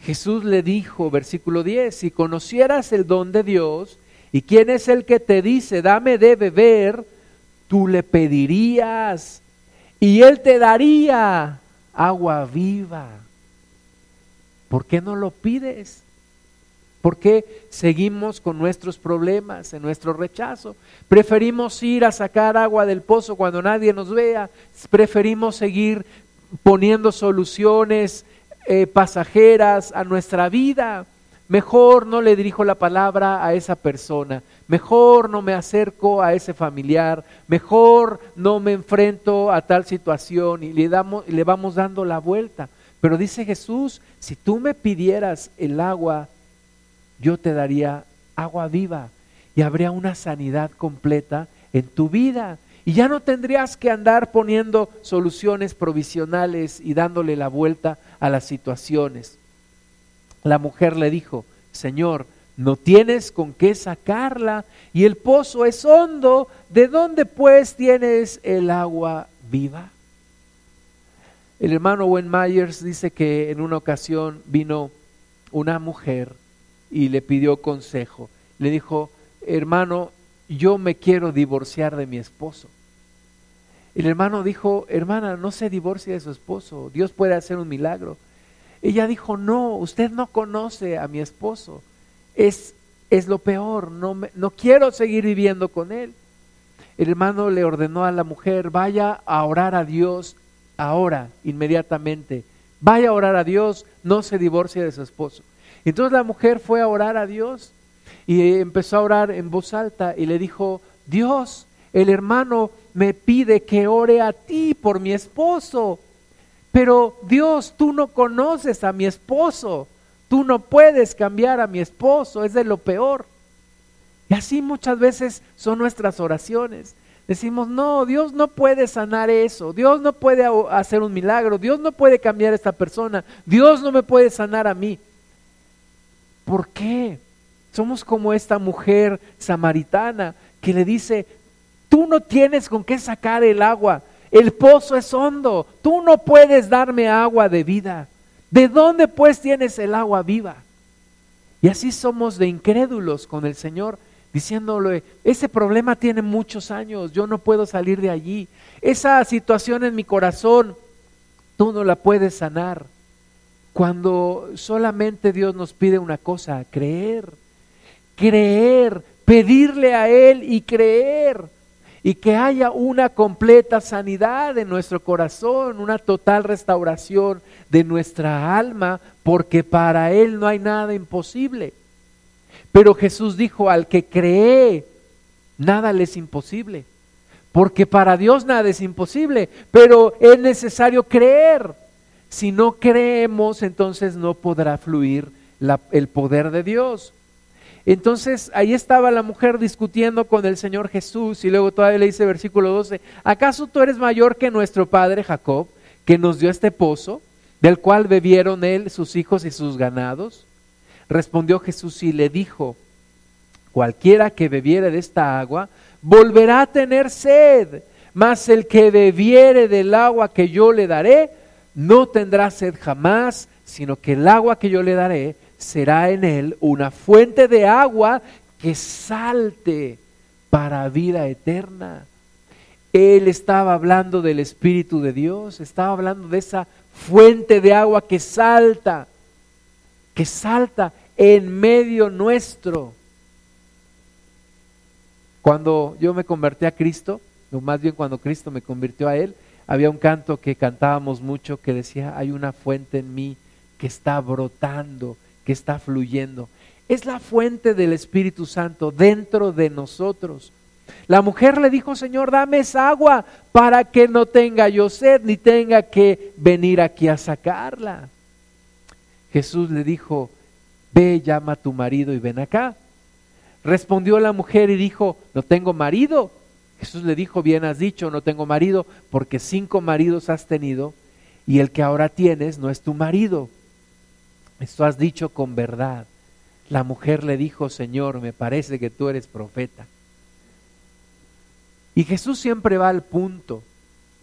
Jesús le dijo, versículo 10, si conocieras el don de Dios y quién es el que te dice, dame de beber, tú le pedirías y Él te daría agua viva. ¿Por qué no lo pides? ¿Por qué seguimos con nuestros problemas, en nuestro rechazo? Preferimos ir a sacar agua del pozo cuando nadie nos vea. Preferimos seguir poniendo soluciones pasajeras a nuestra vida. Mejor no le dirijo la palabra a esa persona. Mejor no me acerco a ese familiar. Mejor no me enfrento a tal situación y le vamos dando la vuelta. Pero dice Jesús, si tú me pidieras el agua, yo te daría agua viva y habría una sanidad completa en tu vida. Y ya no tendrías que andar poniendo soluciones provisionales y dándole la vuelta a las situaciones. La mujer le dijo, Señor, no tienes con qué sacarla y el pozo es hondo, ¿de dónde pues tienes el agua viva? El hermano Wayne Myers dice que en una ocasión vino una mujer y le pidió consejo. Le dijo, hermano, yo me quiero divorciar de mi esposo. El hermano dijo, hermana, no se divorcie de su esposo, Dios puede hacer un milagro. Ella dijo, no, usted no conoce a mi esposo, es lo peor, no quiero seguir viviendo con él. El hermano le ordenó a la mujer, vaya a orar a Dios ahora, inmediatamente, vaya a orar a Dios, no se divorcie de su esposo. Entonces la mujer fue a orar a Dios y empezó a orar en voz alta y le dijo, Dios, el hermano me pide que ore a ti por mi esposo, pero Dios, tú no conoces a mi esposo, tú no puedes cambiar a mi esposo, es de lo peor. Y así muchas veces son nuestras oraciones. Decimos, no, Dios no puede sanar eso, Dios no puede hacer un milagro, Dios no puede cambiar a esta persona, Dios no me puede sanar a mí. ¿Por qué? Somos como esta mujer samaritana que le dice, tú no tienes con qué sacar el agua, el pozo es hondo, tú no puedes darme agua de vida. ¿De dónde pues tienes el agua viva? Y así somos de incrédulos con el Señor, diciéndole, ese problema tiene muchos años, yo no puedo salir de allí. Esa situación en mi corazón, tú no la puedes sanar. Cuando solamente Dios nos pide una cosa, creer, pedirle a Él y creer, y que haya una completa sanidad en nuestro corazón, una total restauración de nuestra alma, porque para Él no hay nada imposible. Pero Jesús dijo, al que cree, nada le es imposible, porque para Dios nada es imposible, pero es necesario creer. Si no creemos, entonces no podrá fluir el poder de Dios. Entonces ahí estaba la mujer discutiendo con el Señor Jesús y luego todavía le dice versículo 12, ¿acaso tú eres mayor que nuestro padre Jacob, que nos dio este pozo, del cual bebieron él, sus hijos y sus ganados? Respondió Jesús y le dijo, cualquiera que bebiere de esta agua volverá a tener sed, mas el que bebiere del agua que yo le daré no tendrá sed jamás, sino que el agua que yo le daré será en él una fuente de agua que salte para vida eterna. Él estaba hablando del Espíritu de Dios, estaba hablando de esa fuente de agua que salta en medio nuestro. Cuando yo me convertí a Cristo, o más bien cuando Cristo me convirtió a Él, había un canto que cantábamos mucho que decía, hay una fuente en mí que está brotando, que está fluyendo. Es la fuente del Espíritu Santo dentro de nosotros. La mujer le dijo, Señor, dame esa agua para que no tenga yo sed, ni tenga que venir aquí a sacarla. Jesús le dijo, ve, llama a tu marido y ven acá. Respondió la mujer y dijo, no tengo marido. Jesús le dijo, bien has dicho, no tengo marido, porque 5 maridos has tenido y el que ahora tienes no es tu marido. Esto has dicho con verdad. La mujer le dijo, Señor, me parece que tú eres profeta. Y Jesús siempre va al punto.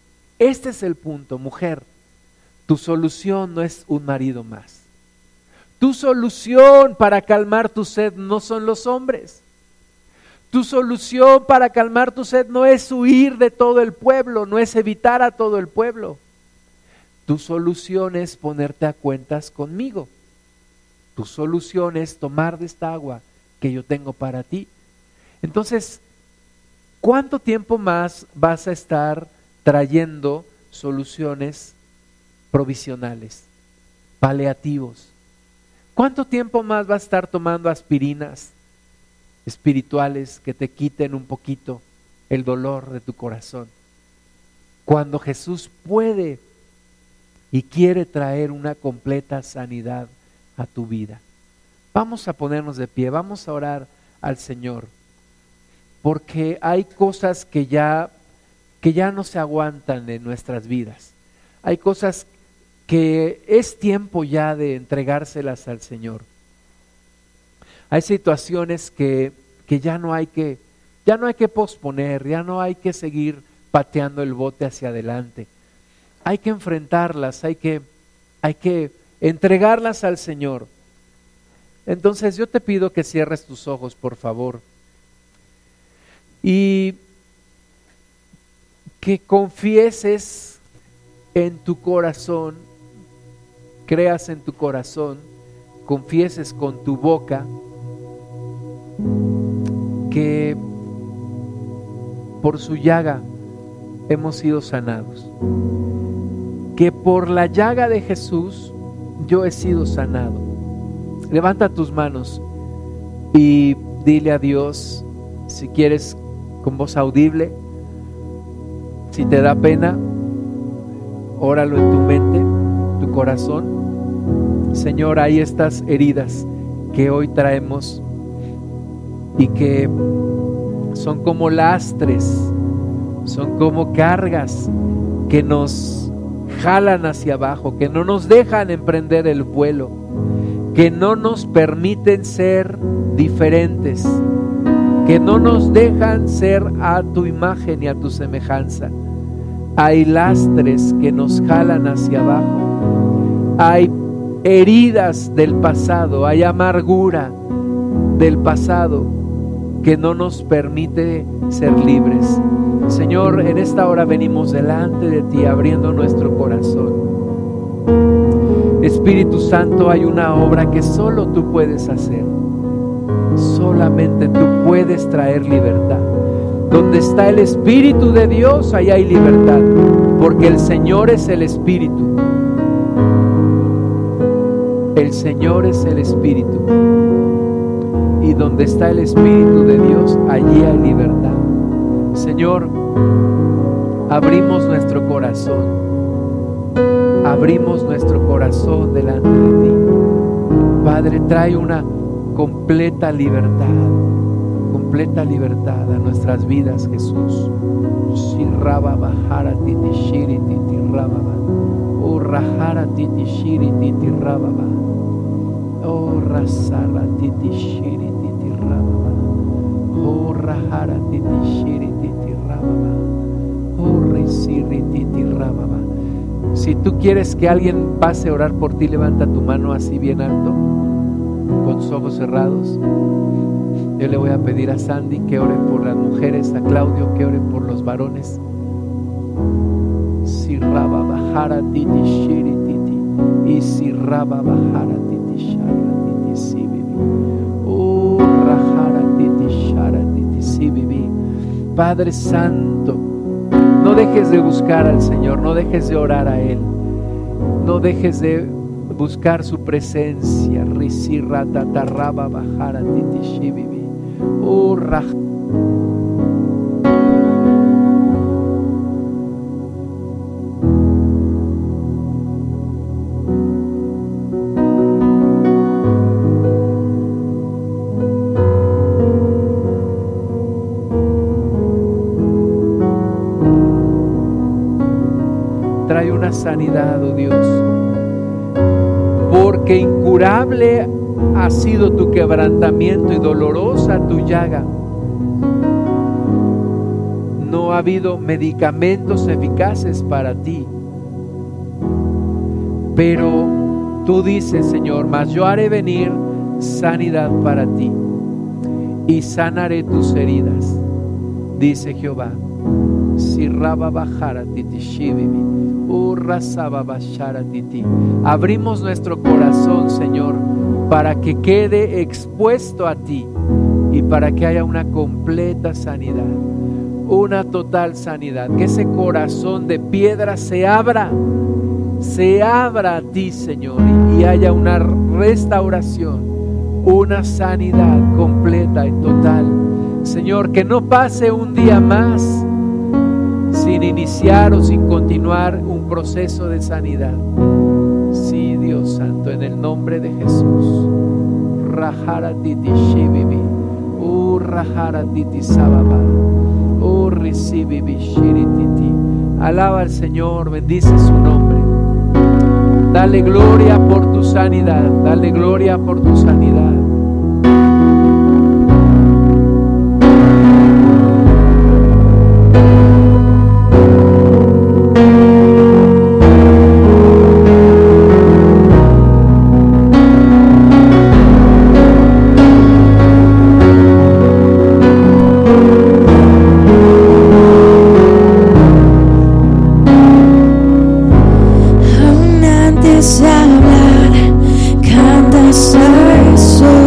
Este es el punto, mujer. Tu solución no es un marido más. Tu solución para calmar tu sed no son los hombres. Tu solución para calmar tu sed no es huir de todo el pueblo, no es evitar a todo el pueblo. Tu solución es ponerte a cuentas conmigo. Tu solución es tomar de esta agua que yo tengo para ti. Entonces, ¿cuánto tiempo más vas a estar trayendo soluciones provisionales, paliativos? ¿Cuánto tiempo más vas a estar tomando aspirinas espirituales que te quiten un poquito el dolor de tu corazón? Cuando Jesús puede y quiere traer una completa sanidad a tu vida. Vamos a ponernos de pie, vamos a orar al Señor, porque hay cosas que ya no se aguantan en nuestras vidas. Hay cosas que es tiempo ya de entregárselas al Señor. Hay situaciones que ya no hay que posponer, ya no hay que seguir pateando el bote hacia adelante. Hay que enfrentarlas, hay que entregarlas al Señor. Entonces yo te pido que cierres tus ojos, por favor, y que confieses en tu corazón, creas en tu corazón, confieses con tu boca que por su llaga hemos sido sanados, que por la llaga de Jesús yo he sido sanado. Levanta tus manos y dile a Dios, si quieres con voz audible, si te da pena, óralo en tu mente, tu corazón. Señor, hay estas heridas que hoy traemos y que son como lastres, son como cargas que nos jalan hacia abajo, que no nos dejan emprender el vuelo, que no nos permiten ser diferentes, que no nos dejan ser a tu imagen y a tu semejanza. Hay lastres que nos jalan hacia abajo, hay heridas del pasado, hay amargura del pasado que no nos permite ser libres. Señor, en esta hora venimos delante de ti abriendo nuestro corazón. Espíritu Santo, hay una obra que solo tú puedes hacer. Solamente tú puedes traer libertad. Donde está el Espíritu de Dios, ahí hay libertad, porque el Señor es el Espíritu. El Señor es el Espíritu. Y donde está el Espíritu de Dios, allí hay libertad. Señor, abrimos nuestro corazón. Abrimos nuestro corazón delante de ti. Padre, trae una completa libertad a nuestras vidas, Jesús. Shirraba bajara titi shiri titi rababa. Oh rajara titi shiri titi rababa. Oh rasara titi shiri titi rababa. Oh rajara titi shiri titi rababa. Oh resiri titi rababa. Si tú quieres que alguien pase a orar por ti, levanta tu mano así bien alto, con sus ojos cerrados. Yo le voy a pedir a Sandy que ore por las mujeres, a Claudio que ore por los varones. Si raba bajara titi shiri titi, y si raba bajara titi shara titi si vivi. Oh rajara titi shara titi si vivi. Padre Santo, no dejes de buscar al Señor, no dejes de orar a Él, no dejes de buscar su presencia. Risirra tatarraba bajara titi shi vivi. Oh raj. Trae una sanidad, oh Dios, porque incurable ha sido tu quebrantamiento y dolorosa tu llaga. No ha habido medicamentos eficaces para ti, pero Tú dices, Señor, mas yo haré venir sanidad para ti y sanaré tus heridas, dice Jehová. Abrimos nuestro corazón, Señor, para que quede expuesto a ti y para que haya una completa sanidad, una total sanidad. Que ese corazón de piedra se abra a ti, Señor, y haya una restauración, una sanidad completa y total. Señor, que no pase un día más sin iniciar o sin continuar un proceso de sanidad. Sí, Dios Santo, en el nombre de Jesús. Raharatiti shibibi, raharatiti sababa, risibibi shirititi. Alaba al Señor, bendice su nombre. Dale gloria por tu sanidad, dale gloria por tu sanidad. Hablar, canta, soy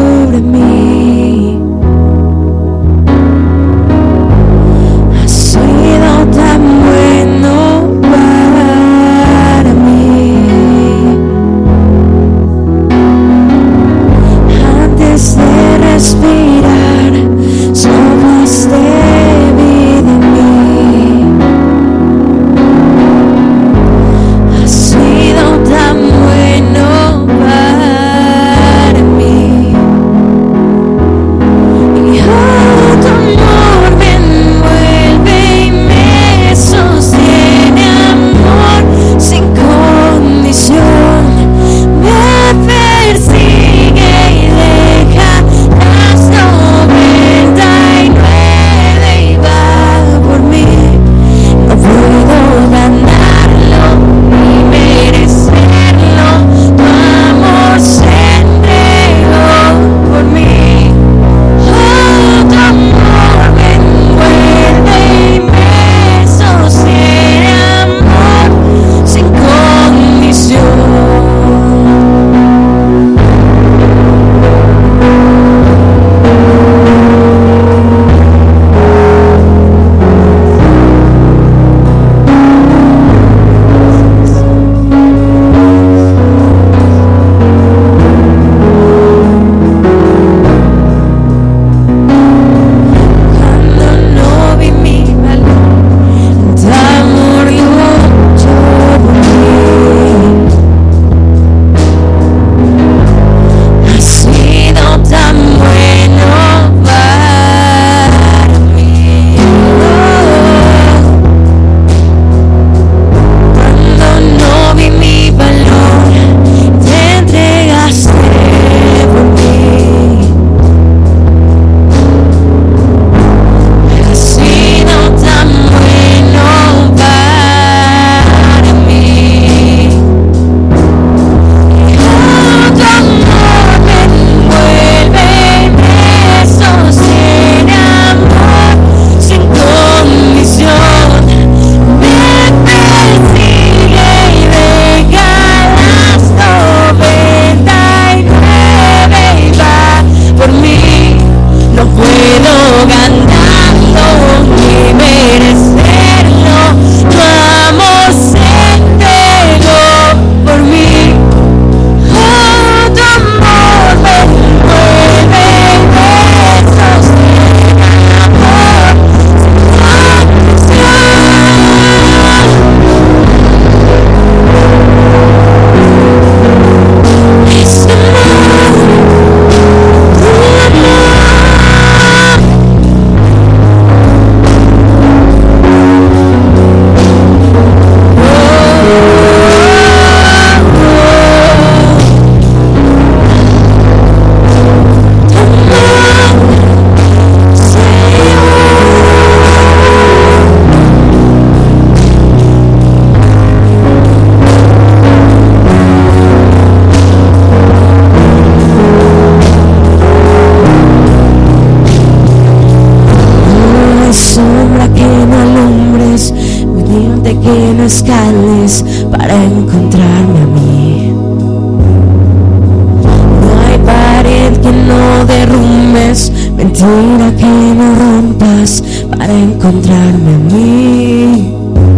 que no derrumbes, mentira que no rompas para encontrarme a mí.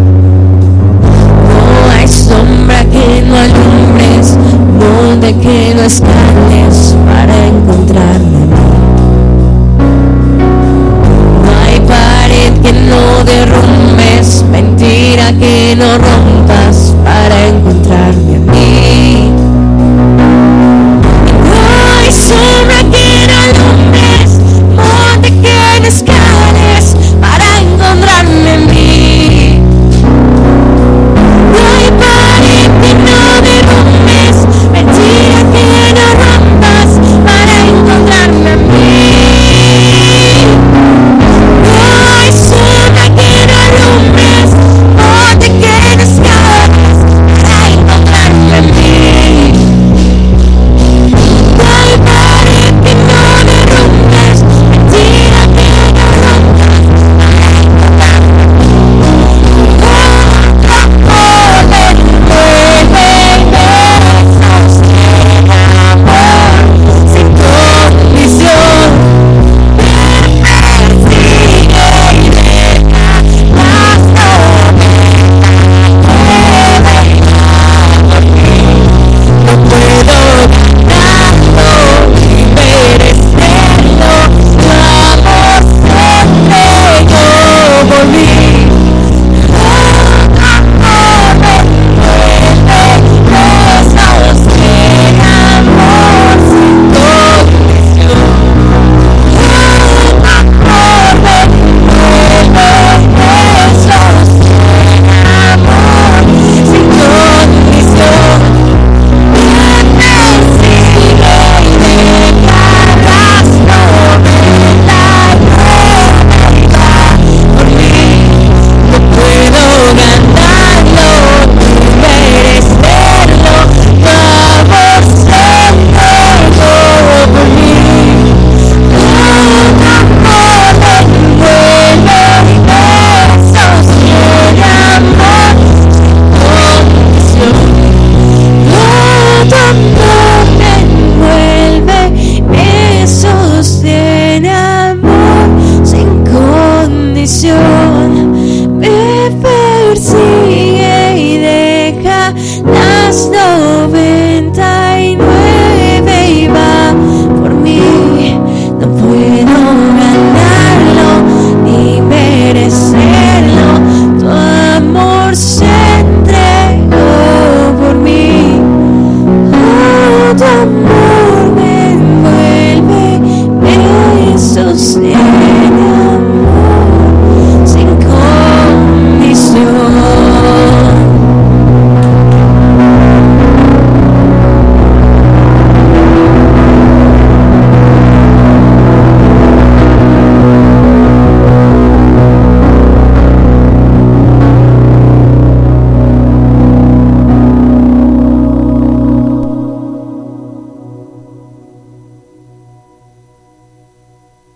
No hay sombra que no alumbres, monte que no escales para encontrarme a mí. No hay pared que no derrumbes, mentira que no rompas para encontrarme.